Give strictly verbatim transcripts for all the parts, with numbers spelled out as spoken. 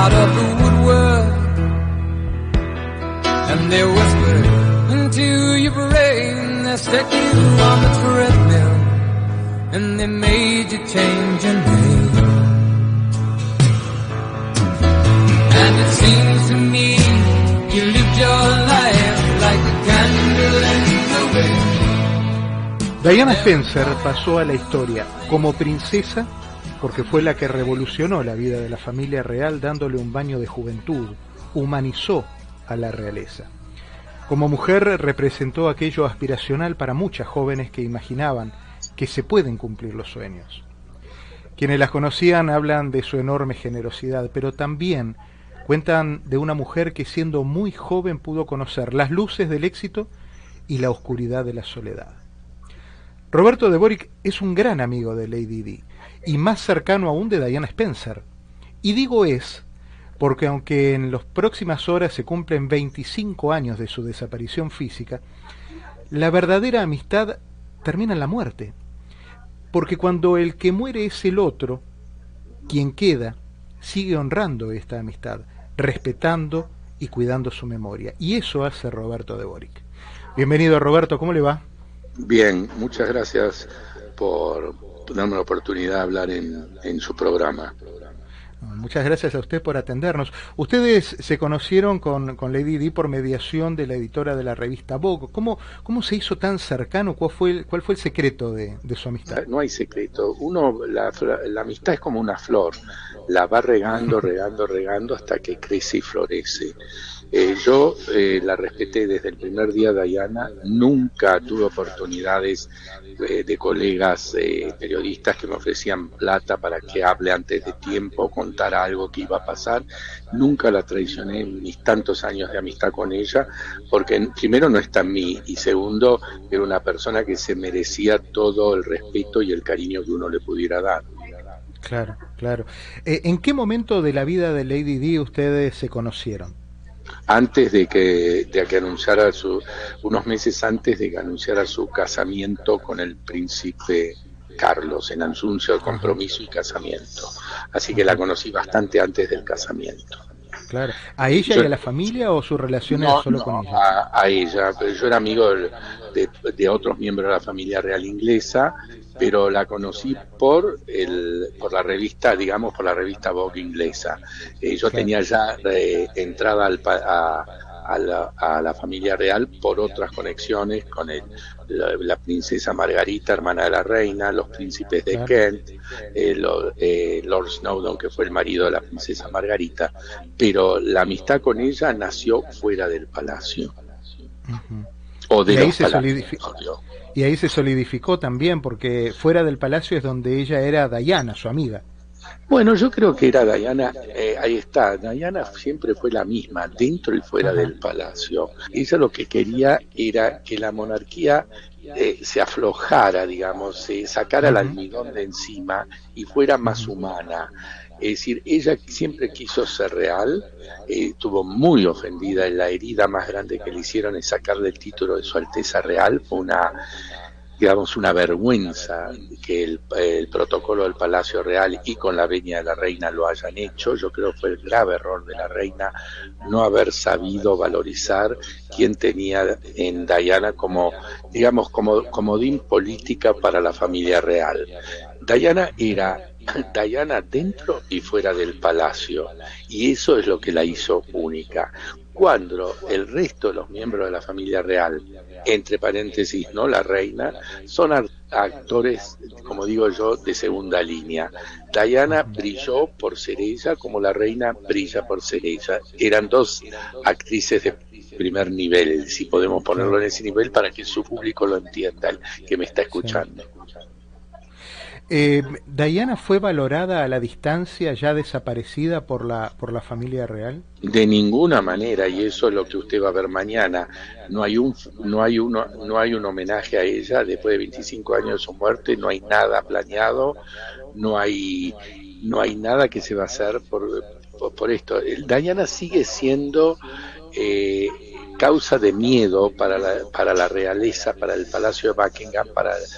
out of the woodwork, and they whispered into your brain. They stuck you on the treadmill, and they made you change your name. And it seems to me you lived your life like a candle in the wind. Diana Spencer pasó a la historia como princesa porque fue la que revolucionó la vida de la familia real dándole un baño de juventud, humanizó a la realeza. Como mujer representó aquello aspiracional para muchas jóvenes que imaginaban que se pueden cumplir los sueños. Quienes las conocían hablan de su enorme generosidad, pero también cuentan de una mujer que siendo muy joven pudo conocer las luces del éxito y la oscuridad de la soledad. Roberto de Boric es un gran amigo de Lady Di y más cercano aún de Diana Spencer. Y digo es porque aunque en las próximas horas se cumplen veinticinco años de su desaparición física, la verdadera amistad termina en la muerte. Porque cuando el que muere es el otro, quien queda sigue honrando esta amistad, respetando y cuidando su memoria. Y eso hace Roberto de Boric. Bienvenido, Roberto, ¿cómo le va? Bien, muchas gracias por darme la oportunidad de hablar en, en su programa. Muchas gracias a usted por atendernos. Ustedes se conocieron con, con Lady Di por mediación de la editora de la revista Vogue. ¿Cómo, cómo se hizo tan cercano? ¿Cuál fue el, cuál fue el secreto de, de su amistad? No hay secreto. Uno, la, la amistad es como una flor. La va regando, regando, regando hasta que crece y florece. Eh, yo eh, la respeté desde el primer día de Diana, nunca tuve oportunidades eh, de colegas eh, periodistas que me ofrecían plata para que hable antes de tiempo, contar algo que iba a pasar, nunca la traicioné en mis tantos años de amistad con ella, porque primero no está en mí y segundo era una persona que se merecía todo el respeto y el cariño que uno le pudiera dar. Claro, claro. Eh, ¿En qué momento de la vida de Lady Di ustedes se conocieron? Antes de que, de que anunciara su, unos meses antes de que anunciara su casamiento con el príncipe Carlos, en anuncio de compromiso y casamiento. Así que la conocí bastante antes del casamiento. Claro. ¿A ella yo, y a la familia o su relación no, era solo no, con ella? A, a ella, pero yo era amigo de, de, de otros miembros de la familia real inglesa, pero la conocí por el por la revista, digamos, por la revista Vogue inglesa. Eh, yo claro. tenía ya eh, entrada al, a, a, la, a la familia real por otras conexiones con el, la, la princesa Margarita, hermana de la reina, los príncipes de claro. Kent, eh, lo, eh, Lord Snowdon, que fue el marido de la princesa Margarita, pero la amistad con ella nació fuera del palacio. Uh-huh. O de y ahí los se palacios. solidificó. Y ahí se solidificó también, porque fuera del palacio es donde ella era Diana, su amiga. Bueno, yo creo que era Diana, eh, ahí está, Diana siempre fue la misma, dentro y fuera Ajá. del palacio. Ella lo que quería era que la monarquía eh, se aflojara, digamos, se sacara uh-huh. el almidón de encima y fuera más uh-huh. humana. Es decir, ella siempre quiso ser real, eh, estuvo muy ofendida, en la herida más grande que le hicieron es sacarle el título de Su Alteza Real, fue una, digamos, una vergüenza que el, el protocolo del Palacio Real y con la venia de la reina lo hayan hecho. Yo creo que fue el grave error de la reina no haber sabido valorizar quién tenía en Diana como, digamos, como comodín política para la familia real. Diana era Diana dentro y fuera del palacio, y eso es lo que la hizo única. Cuando el resto de los miembros de la familia real, entre paréntesis, no la reina, son actores, como digo yo, de segunda línea. Diana brilló por ser ella como la reina brilla por ser ella. Eran dos actrices de primer nivel, si podemos ponerlo en ese nivel para que su público lo entienda, el que me está escuchando. Sí. Eh, ¿Diana fue valorada a la distancia, ya desaparecida por la por la familia real? De ninguna manera, y eso es lo que usted va a ver mañana. No hay un no hay uno no hay un homenaje a ella después de veinticinco años de su muerte. No hay nada planeado, no hay no hay nada que se va a hacer por por, por esto. Diana sigue siendo eh, causa de miedo para la para la realeza, para el Palacio de Buckingham, para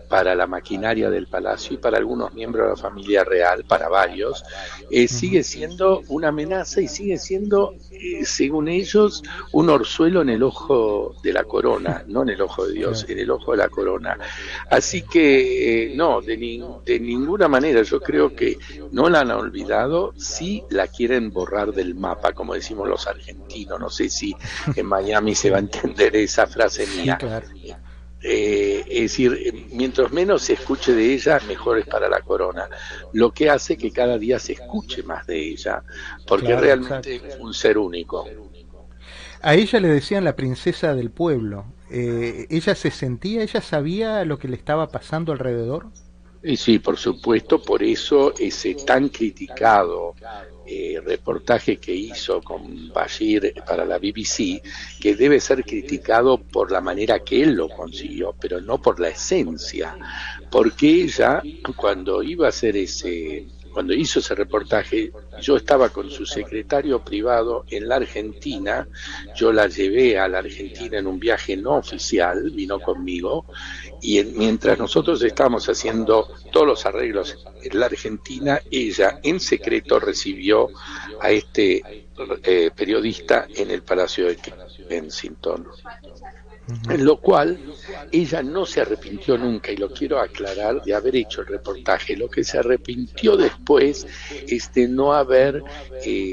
para la maquinaria del palacio y para algunos miembros de la familia real, para varios, eh, sigue siendo una amenaza y sigue siendo, eh, según ellos, un orzuelo en el ojo de la corona, no en el ojo de Dios, en el ojo de la corona. Así que, eh, no, de, ni, de ninguna manera, yo creo que no la han olvidado, sí la quieren borrar del mapa, como decimos los argentinos. No sé si en Miami se va a entender esa frase mía. Sí, claro. Eh, es decir, mientras menos se escuche de ella, mejor es para la corona, lo que hace que cada día se escuche más de ella, porque Claro, realmente exacto. es un ser único. A ella le decían la princesa del pueblo. Eh, ella se sentía, ella sabía lo que le estaba pasando alrededor. Y sí, por supuesto, por eso ese tan criticado eh, reportaje que hizo con Bashir para la B B C, que debe ser criticado por la manera que él lo consiguió, pero no por la esencia, porque ella, cuando iba a hacer ese, cuando hizo ese reportaje, yo estaba con su secretario privado en la Argentina, yo la llevé a la Argentina en un viaje no oficial, vino conmigo, y en, mientras nosotros estábamos haciendo todos los arreglos en la Argentina, ella en secreto recibió a este eh, periodista en el Palacio de Kensington. En lo cual ella no se arrepintió nunca, y lo quiero aclarar, de haber hecho el reportaje. Lo que se arrepintió después es de no haber eh,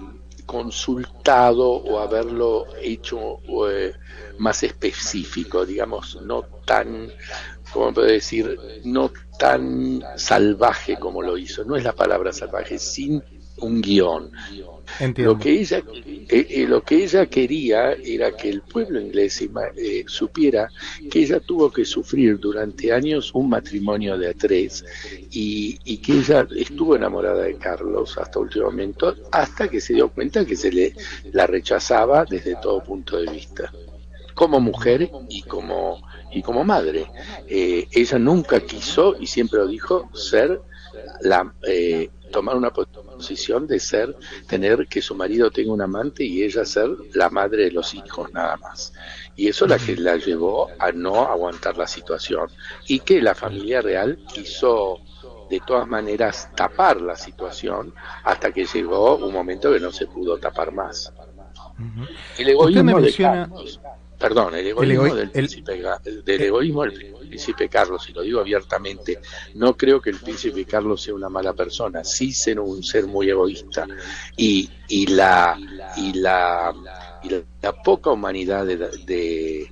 consultado o haberlo hecho eh, más específico, digamos, no tan, ¿cómo puedo decir?, no tan salvaje como lo hizo. No es la palabra salvaje, sin un guión. Entiendo. Lo que ella eh, eh, lo que ella quería era que el pueblo inglés eh, supiera que ella tuvo que sufrir durante años un matrimonio de a tres y, y que ella estuvo enamorada de Carlos hasta último momento, hasta que se dio cuenta que se le la rechazaba desde todo punto de vista, como mujer y como y como madre. Eh, ella nunca quiso, y siempre lo dijo, ser la eh, tomar una posición de ser, tener que su marido tenga un amante y ella ser la madre de los hijos nada más. Y eso es la que la llevó a no aguantar la situación, y que la familia real quiso de todas maneras tapar la situación hasta que llegó un momento que no se pudo tapar más. Uh-huh. El egoísmo Usted me de menciona... Carlos, perdón, el egoísmo el ego... del el... príncipe, del egoísmo del príncipe Carlos, y lo digo abiertamente, no creo que el príncipe Carlos sea una mala persona, sí ser un ser muy egoísta, y, y la y la y la, la poca humanidad de, de,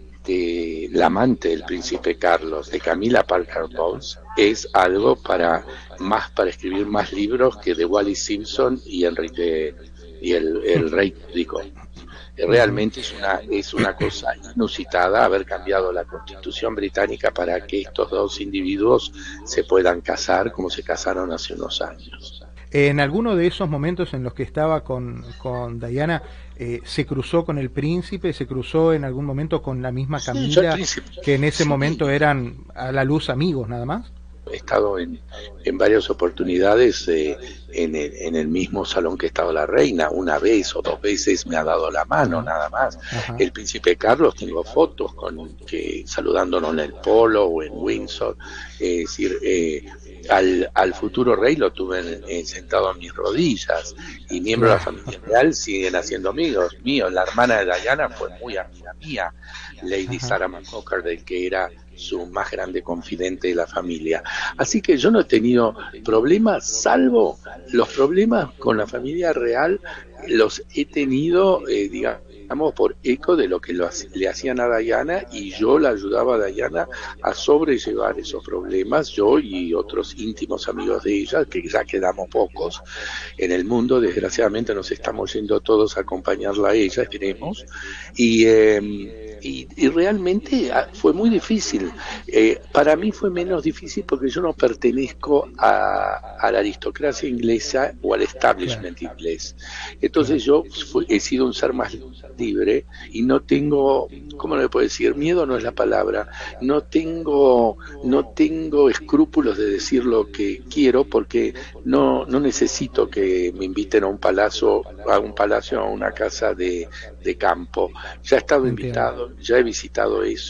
de la amante del príncipe Carlos, de Camilla Parker Bowles, es algo para más para escribir más libros que de Wallis Simpson y Enrique y el, el rey rico. Realmente es una es una cosa inusitada haber cambiado la Constitución británica para que estos dos individuos se puedan casar como se casaron hace unos años. En alguno de esos momentos en los que estaba con, con Diana, eh, ¿se cruzó con el príncipe? ¿Se cruzó en algún momento con la misma Camila, sí, que en ese sí. momento eran a la luz amigos nada más? He estado en, en varias oportunidades eh, en, el, en el mismo salón que estaba la reina, una vez o dos veces me ha dado la mano, uh-huh. nada más. Ajá. El príncipe Carlos, tengo fotos con que saludándonos en el Polo o en Windsor, es decir, eh, al, al futuro rey lo tuve en, en, sentado a mis rodillas, y miembros de la familia real siguen haciendo amigos míos. La hermana de Diana fue muy amiga mía, Lady Ajá. Sarah McCockerdale, que era su más grande confidente de la familia. Así que yo no he tenido problemas, salvo los problemas con la familia real, los he tenido, eh, digamos, por eco de lo que lo, le hacían a Diana, y yo la ayudaba a Diana a sobrellevar esos problemas, yo y otros íntimos amigos de ella, que ya quedamos pocos en el mundo, desgraciadamente nos estamos yendo todos a acompañarla a ella, esperemos, y... Eh, Y, y realmente fue muy difícil. Eh, para mí fue menos difícil porque yo no pertenezco a, a la aristocracia inglesa o al establishment claro. inglés. Entonces yo fui, he sido un ser más libre y no tengo, ¿cómo le puedo decir? Miedo no es la palabra. No tengo, no tengo escrúpulos de decir lo que quiero, porque no, no necesito que me inviten a un palacio, a un palacio, a una casa de, de campo. Ya he estado Entiendo. invitado. Ya he visitado eso,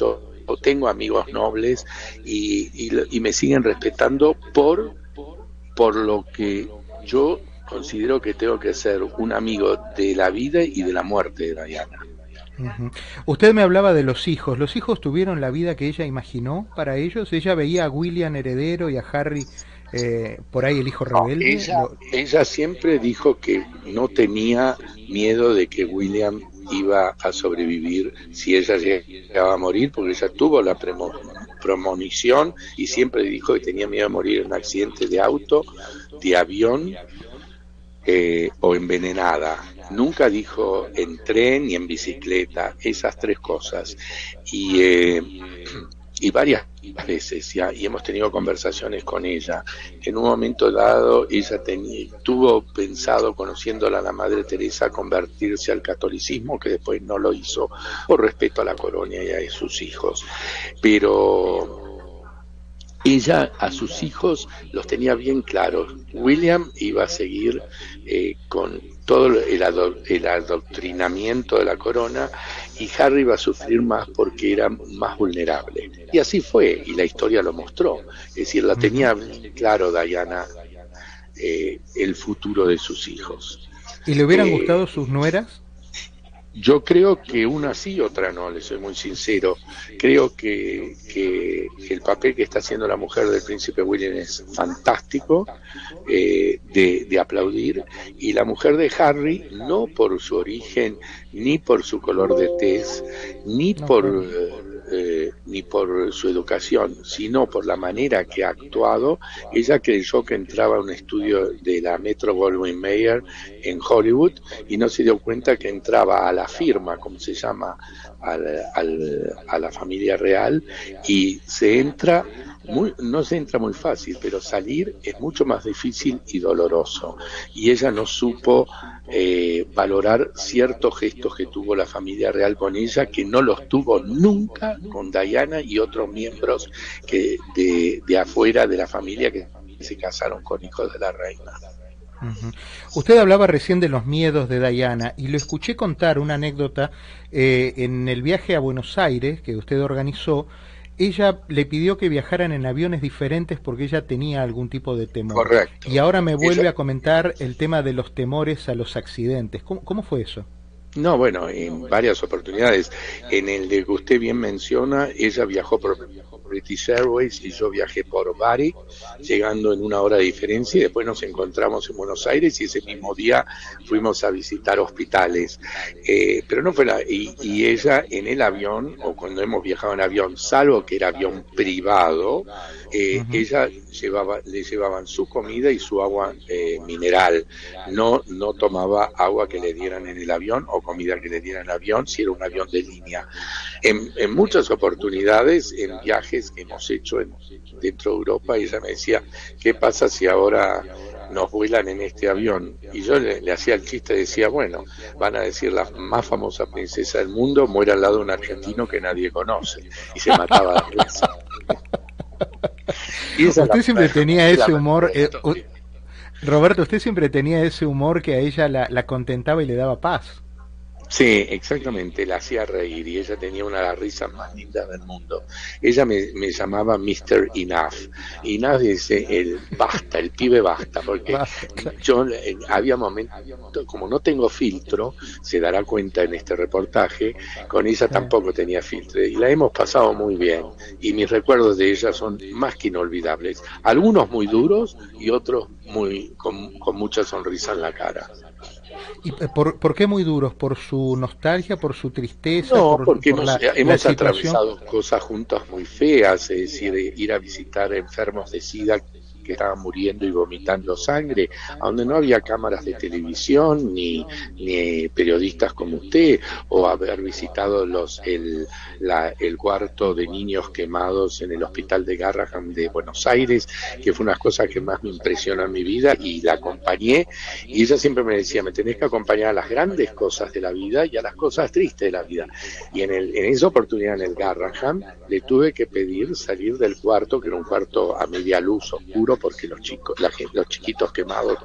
o tengo amigos nobles y, y, y me siguen respetando por, por lo que yo considero que tengo que ser un amigo de la vida y de la muerte de Diana. Uh-huh. Usted me hablaba de los hijos. ¿Los hijos tuvieron la vida que ella imaginó para ellos? ¿Ella veía a William heredero y a Harry eh, por ahí el hijo rebelde? No, ella, Lo... ella siempre dijo que no tenía miedo de que William iba a sobrevivir si ella llegaba a morir, porque ella tuvo la premo, premonición y siempre dijo que tenía miedo de morir en un accidente de auto, de avión eh, o envenenada. Nunca dijo en tren ni en bicicleta, esas tres cosas. Y, eh, y varias veces ya, y hemos tenido conversaciones con ella. En un momento dado, ella tenía, tuvo pensado, conociéndola a la Madre Teresa, convertirse al catolicismo, que después no lo hizo por respeto a la corona y a sus hijos. Pero ella a sus hijos los tenía bien claros. William iba a seguir eh, con todo el, ado el adoctrinamiento de la corona y Harry iba a sufrir más porque era más vulnerable. Y así fue, y la historia lo mostró. Es decir, la tenía bien claro Diana, eh, el futuro de sus hijos. ¿Y le hubieran eh, gustado sus nueras? Yo creo que una sí, otra no, le soy muy sincero. Creo que, que el papel que está haciendo la mujer del príncipe William es fantástico, eh, de, de aplaudir, y la mujer de Harry, no por su origen, ni por su color de tez, ni No, por... claro. Eh, ni por su educación, sino por la manera que ha actuado. Ella creyó que entraba a un estudio de la Metro Goldwyn Mayer en Hollywood y no se dio cuenta que entraba a la firma, como se llama, al, al, a la familia real, y se entra, muy, no se entra muy fácil, pero salir es mucho más difícil y doloroso. Y ella no supo eh, valorar ciertos gestos que tuvo la familia real con ella, que no los tuvo nunca con Diana y otros miembros que de, de afuera de la familia que se casaron con hijos de la reina. Uh-huh. Usted hablaba recién de los miedos de Diana y lo escuché contar una anécdota eh, en el viaje a Buenos Aires que usted organizó. Ella le pidió que viajaran en aviones diferentes porque ella tenía algún tipo de temor. Correcto. Y ahora me vuelve ella... a comentar el tema de los temores a los accidentes. ¿Cómo, cómo fue eso? No, bueno, en varias oportunidades. En el de que usted bien menciona, ella viajó por British Airways y yo viajé por Varig, llegando en una hora de diferencia, y después nos encontramos en Buenos Aires y ese mismo día fuimos a visitar hospitales. Eh, pero no fue la... Y, y ella en el avión, o cuando hemos viajado en avión, salvo que era avión privado, eh, uh-huh. ella llevaba, le llevaban su comida y su agua eh, mineral. No, no tomaba agua que le dieran en el avión o comida que le dieran en el avión, si era un avión de línea. En, en muchas oportunidades, en viajes que hemos hecho en, dentro de Europa, ella me decía, ¿qué pasa si ahora nos vuelan en este avión? Y yo le, le hacía el chiste, decía, bueno, van a decir la más famosa princesa del mundo muere al lado de un argentino que nadie conoce, y se mataba de risa. Y esa usted la, siempre la, tenía la, ese la, humor, eh, Roberto, usted siempre tenía ese humor que a ella la, la contentaba y le daba paz. Sí, exactamente, la hacía reír y ella tenía una de las risas más lindas del mundo. Ella me, me llamaba mister Enough. Enough dice el basta, el pibe basta, porque basta. Yo eh, había momentos, como no tengo filtro, se dará cuenta en este reportaje, con ella tampoco tenía filtro y la hemos pasado muy bien y mis recuerdos de ella son más que inolvidables. Algunos muy duros y otros muy con, con mucha sonrisa en la cara. ¿Y por, por qué muy duros? ¿Por su nostalgia? ¿Por su tristeza? No, por, porque por hemos, la, hemos la atravesado cosas juntas muy feas, es decir, ir a visitar enfermos de SIDA que estaban muriendo y vomitando sangre, a donde no había cámaras de televisión ni, ni periodistas como usted, o haber visitado los el, la, el cuarto de niños quemados en el hospital de Garrahan de Buenos Aires, que fue una cosa que más me impresionó en mi vida, y la acompañé, y ella siempre me decía, me tenés que acompañar a las grandes cosas de la vida y a las cosas tristes de la vida, y en, el, en esa oportunidad en el Garrahan le tuve que pedir salir del cuarto, que era un cuarto a media luz, oscuro, porque los chicos, la, los chiquitos quemados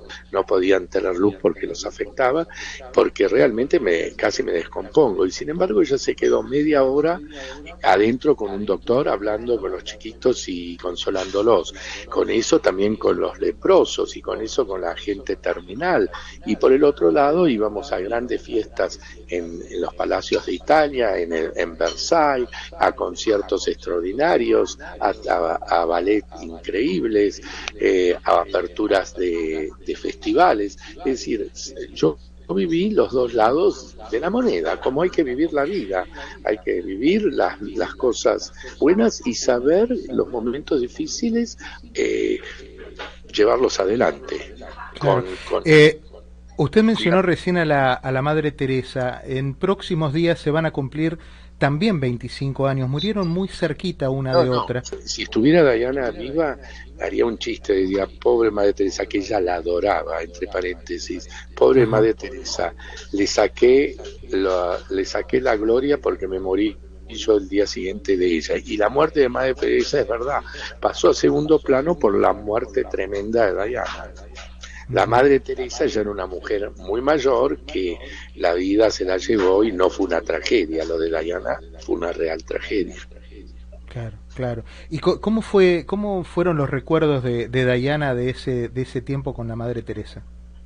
no podían tener luz porque los afectaba, porque realmente me casi me descompongo. Y sin embargo ella se quedó media hora adentro con un doctor hablando con los chiquitos y consolándolos. Con eso también con los leprosos y con eso con la gente terminal. Y por el otro lado íbamos a grandes fiestas en, en los palacios de Italia, en, el, en Versailles, a conciertos extraordinarios, a, a, a ballet increíbles, eh, a aperturas de, de festivales. Es decir, yo viví los dos lados de la moneda, como hay que vivir la vida, hay que vivir las, las cosas buenas y saber los momentos difíciles, eh, llevarlos adelante. Claro. Con, con, eh, usted mencionó recién a la, a la Madre Teresa. En próximos días se van a cumplir también veinticinco años, murieron muy cerquita una no, de no. otra. Si estuviera Diana viva, haría un chiste, diría, pobre Madre Teresa, que ella la adoraba, entre paréntesis, pobre uh-huh. Madre Teresa, le saqué, la, le saqué la gloria porque me morí yo el día siguiente de ella. Y la muerte de Madre Teresa, es verdad, pasó a segundo plano por la muerte tremenda de Diana. La Madre Teresa ya era una mujer muy mayor que la vida se la llevó y no fue una tragedia. Lo de Diana fue una real tragedia. Claro, claro. ¿Y cómo fue, cómo fueron los recuerdos de, de Diana de ese, de ese tiempo con la Madre Teresa?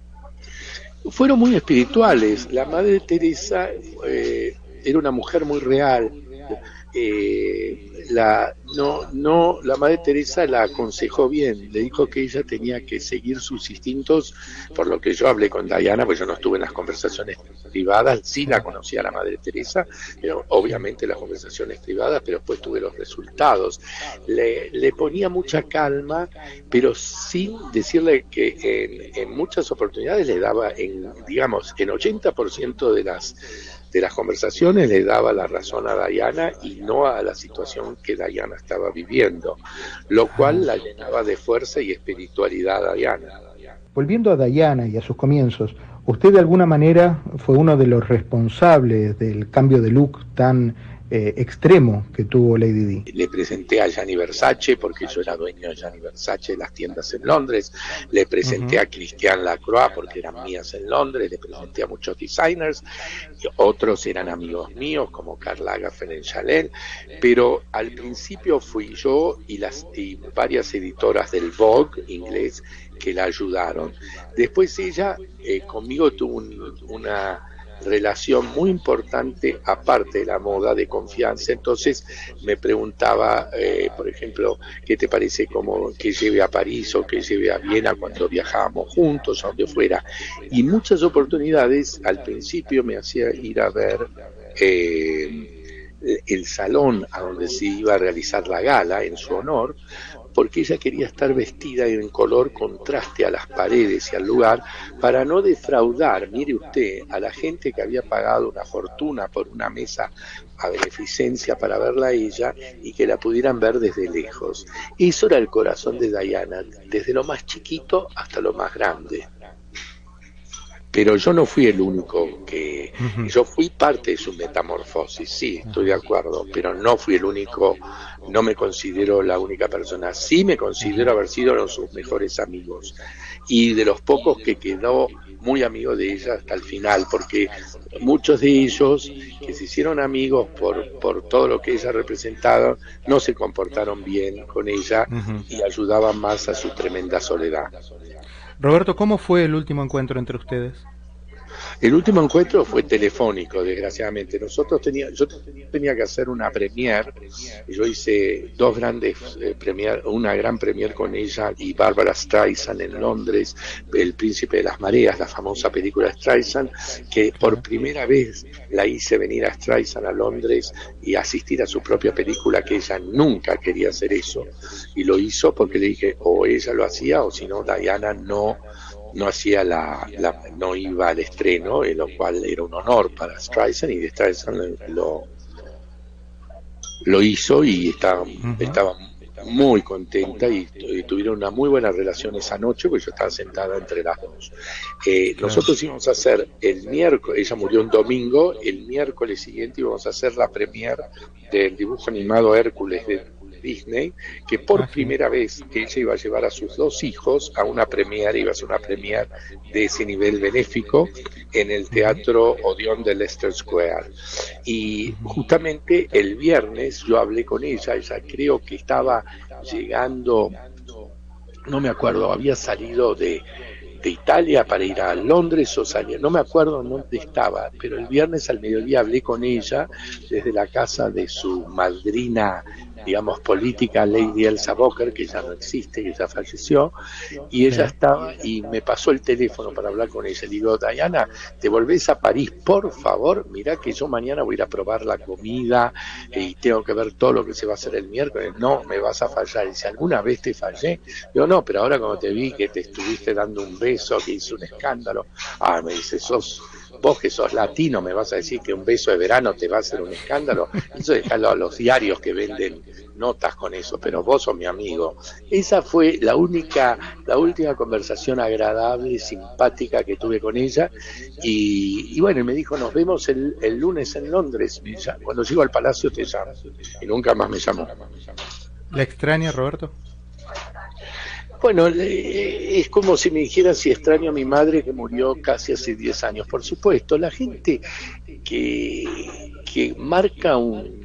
Fueron muy espirituales. La Madre Teresa eh, era una mujer muy real. Eh, la no no la Madre Teresa la aconsejó bien, le dijo que ella tenía que seguir sus instintos, por lo que yo hablé con Diana, pues yo no estuve en las conversaciones privadas, sí la conocía a la Madre Teresa, pero obviamente las conversaciones privadas, pero después tuve los resultados. Le, le ponía mucha calma, pero sin decirle que en, en muchas oportunidades le daba, en digamos, en ochenta por ciento de las de las conversaciones le daba la razón a Diana y no a la situación que Diana estaba viviendo, lo cual la llenaba de fuerza y espiritualidad a Diana. Volviendo a Diana y a sus comienzos, usted de alguna manera fue uno de los responsables del cambio de look tan eh, extremo que tuvo Lady Di. Le presenté a Gianni Versace, porque yo era dueño de Gianni Versace, las tiendas en Londres. Le presenté uh-huh. a Christian Lacroix, porque eran mías en Londres. Le presenté a muchos designers, y otros eran amigos míos, como Karl Lagerfeld en Chanel. Pero al principio fui yo y, las, y varias editoras del Vogue inglés que la ayudaron. Después ella eh, conmigo tuvo un, una relación muy importante, aparte de la moda, de confianza. Entonces me preguntaba, eh, por ejemplo, ¿qué te parece como que lleve a París o que lleve a Viena cuando viajábamos juntos, a donde fuera? Y muchas oportunidades al principio me hacía ir a ver eh, el salón a donde se iba a realizar la gala en su honor, porque ella quería estar vestida en color contraste a las paredes y al lugar, para no defraudar, mire usted, a la gente que había pagado una fortuna por una mesa a beneficencia para verla a ella y que la pudieran ver desde lejos. Eso era el corazón de Diana, desde lo más chiquito hasta lo más grande. Pero yo no fui el único que... Uh-huh. Yo fui parte de su metamorfosis, sí, estoy de acuerdo, pero no fui el único, no me considero la única persona. Sí me considero haber sido uno de sus mejores amigos y de los pocos que quedó muy amigo de ella hasta el final, porque muchos de ellos que se hicieron amigos por, por todo lo que ella representaba, no se comportaron bien con ella uh-huh. y ayudaban más a su tremenda soledad. Roberto, ¿cómo fue el último encuentro entre ustedes? El último encuentro fue telefónico, desgraciadamente. Nosotros tenía, yo tenía que hacer una premiere, y yo hice dos grandes eh, premier, una gran premiere con ella y Barbara Streisand en Londres, El Príncipe de las Mareas, la famosa película Streisand, que por primera vez la hice venir a Streisand a Londres y asistir a su propia película, que ella nunca quería hacer eso, y lo hizo porque le dije, o ella lo hacía, o si no, Diana no no hacía la, la no iba al estreno, en lo cual era un honor para Streisand, y de Streisand lo lo hizo y estaba, uh-huh. estaba muy contenta y, y tuvieron una muy buena relación esa noche, porque yo estaba sentada entre las dos. Eh, claro. Nosotros íbamos a hacer el miércoles, ella murió un domingo, el miércoles siguiente íbamos a hacer la premiere del dibujo animado Hércules de Disney, que por primera vez ella iba a llevar a sus dos hijos a una premiere, iba a ser una premiere de ese nivel benéfico en el Teatro Odeón de Leicester Square. Y justamente el viernes yo hablé con ella, ella creo que estaba llegando, no me acuerdo, había salido de de Italia para ir a Londres o salía, no me acuerdo dónde estaba, pero el viernes al mediodía hablé con ella desde la casa de su madrina, digamos, política, Lady Elsa Boker, que ya no existe, que ya falleció, y ella estaba, y me pasó el teléfono para hablar con ella. Le digo, Diana, ¿te volvés a París, por favor? Mirá que yo mañana voy a ir a probar la comida y tengo que ver todo lo que se va a hacer el miércoles. No, me vas a fallar. Y si alguna vez te fallé, digo, no, pero ahora como te vi que te estuviste dando un beso, que hice un escándalo, ah, me dice, sos... vos que sos latino me vas a decir que un beso de verano te va a hacer un escándalo. Eso dejalo a los diarios que venden notas con eso, pero vos sos mi amigo. Esa fue la única, la última conversación agradable, simpática que tuve con ella, y, y bueno, me dijo, nos vemos el, el lunes en Londres, ya, cuando llego al Palacio te llamo, y nunca más me llamó. ¿La extraña, Roberto? Bueno, es como si me dijeran si extraño a mi madre que murió casi hace diez años. Por supuesto, la gente que, que marca un,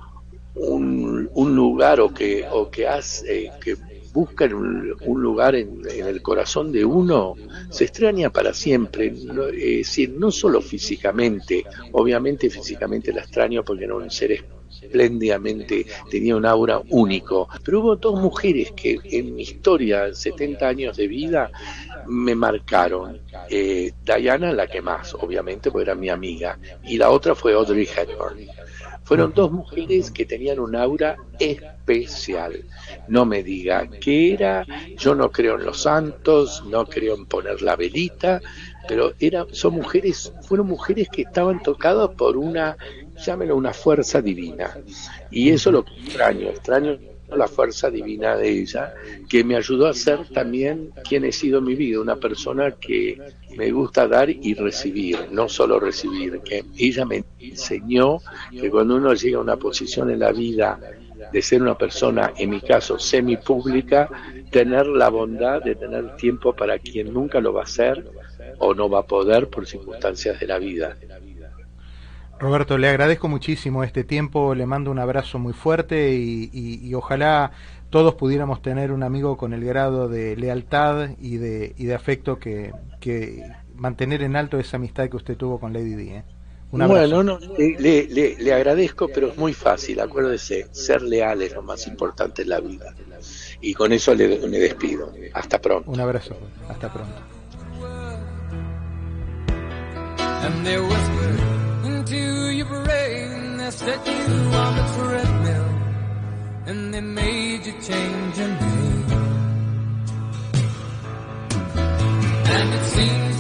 un, un lugar o que, o que, hace, eh, que busca un, un lugar en, en el corazón de uno, se extraña para siempre. No, es decir, no solo físicamente, obviamente físicamente la extraño porque era un ser espléndidamente, tenía un aura único, pero hubo dos mujeres que en mi historia, setenta años de vida, me marcaron. eh, Diana, la que más, obviamente, porque era mi amiga, y la otra fue Audrey Hepburn. Fueron dos mujeres que tenían un aura especial. No me diga qué era, yo no creo en los santos, no creo en poner la velita, pero era, son mujeres, fueron mujeres que estaban tocadas por una, llámelo una fuerza divina, y eso es lo que extraño, extraño la fuerza divina de ella, que me ayudó a ser también quien he sido en mi vida, una persona que me gusta dar y recibir, no solo recibir, que ella me enseñó que cuando uno llega a una posición en la vida de ser una persona, en mi caso, semipública, tener la bondad de tener tiempo para quien nunca lo va a hacer o no va a poder por circunstancias de la vida. Roberto, le agradezco muchísimo este tiempo, le mando un abrazo muy fuerte y, y, y ojalá todos pudiéramos tener un amigo con el grado de lealtad y de, y de afecto que, que mantener en alto esa amistad que usted tuvo con Lady Di, ¿eh? Un abrazo. Bueno, no, le, le, le agradezco, pero es muy fácil, acuérdese, ser leal es lo más importante en la vida. Y con eso le, me despido. Hasta pronto. Un abrazo, hasta pronto. And they whispered into your brain, they set you on the treadmill, and they made you change your name. And it seemed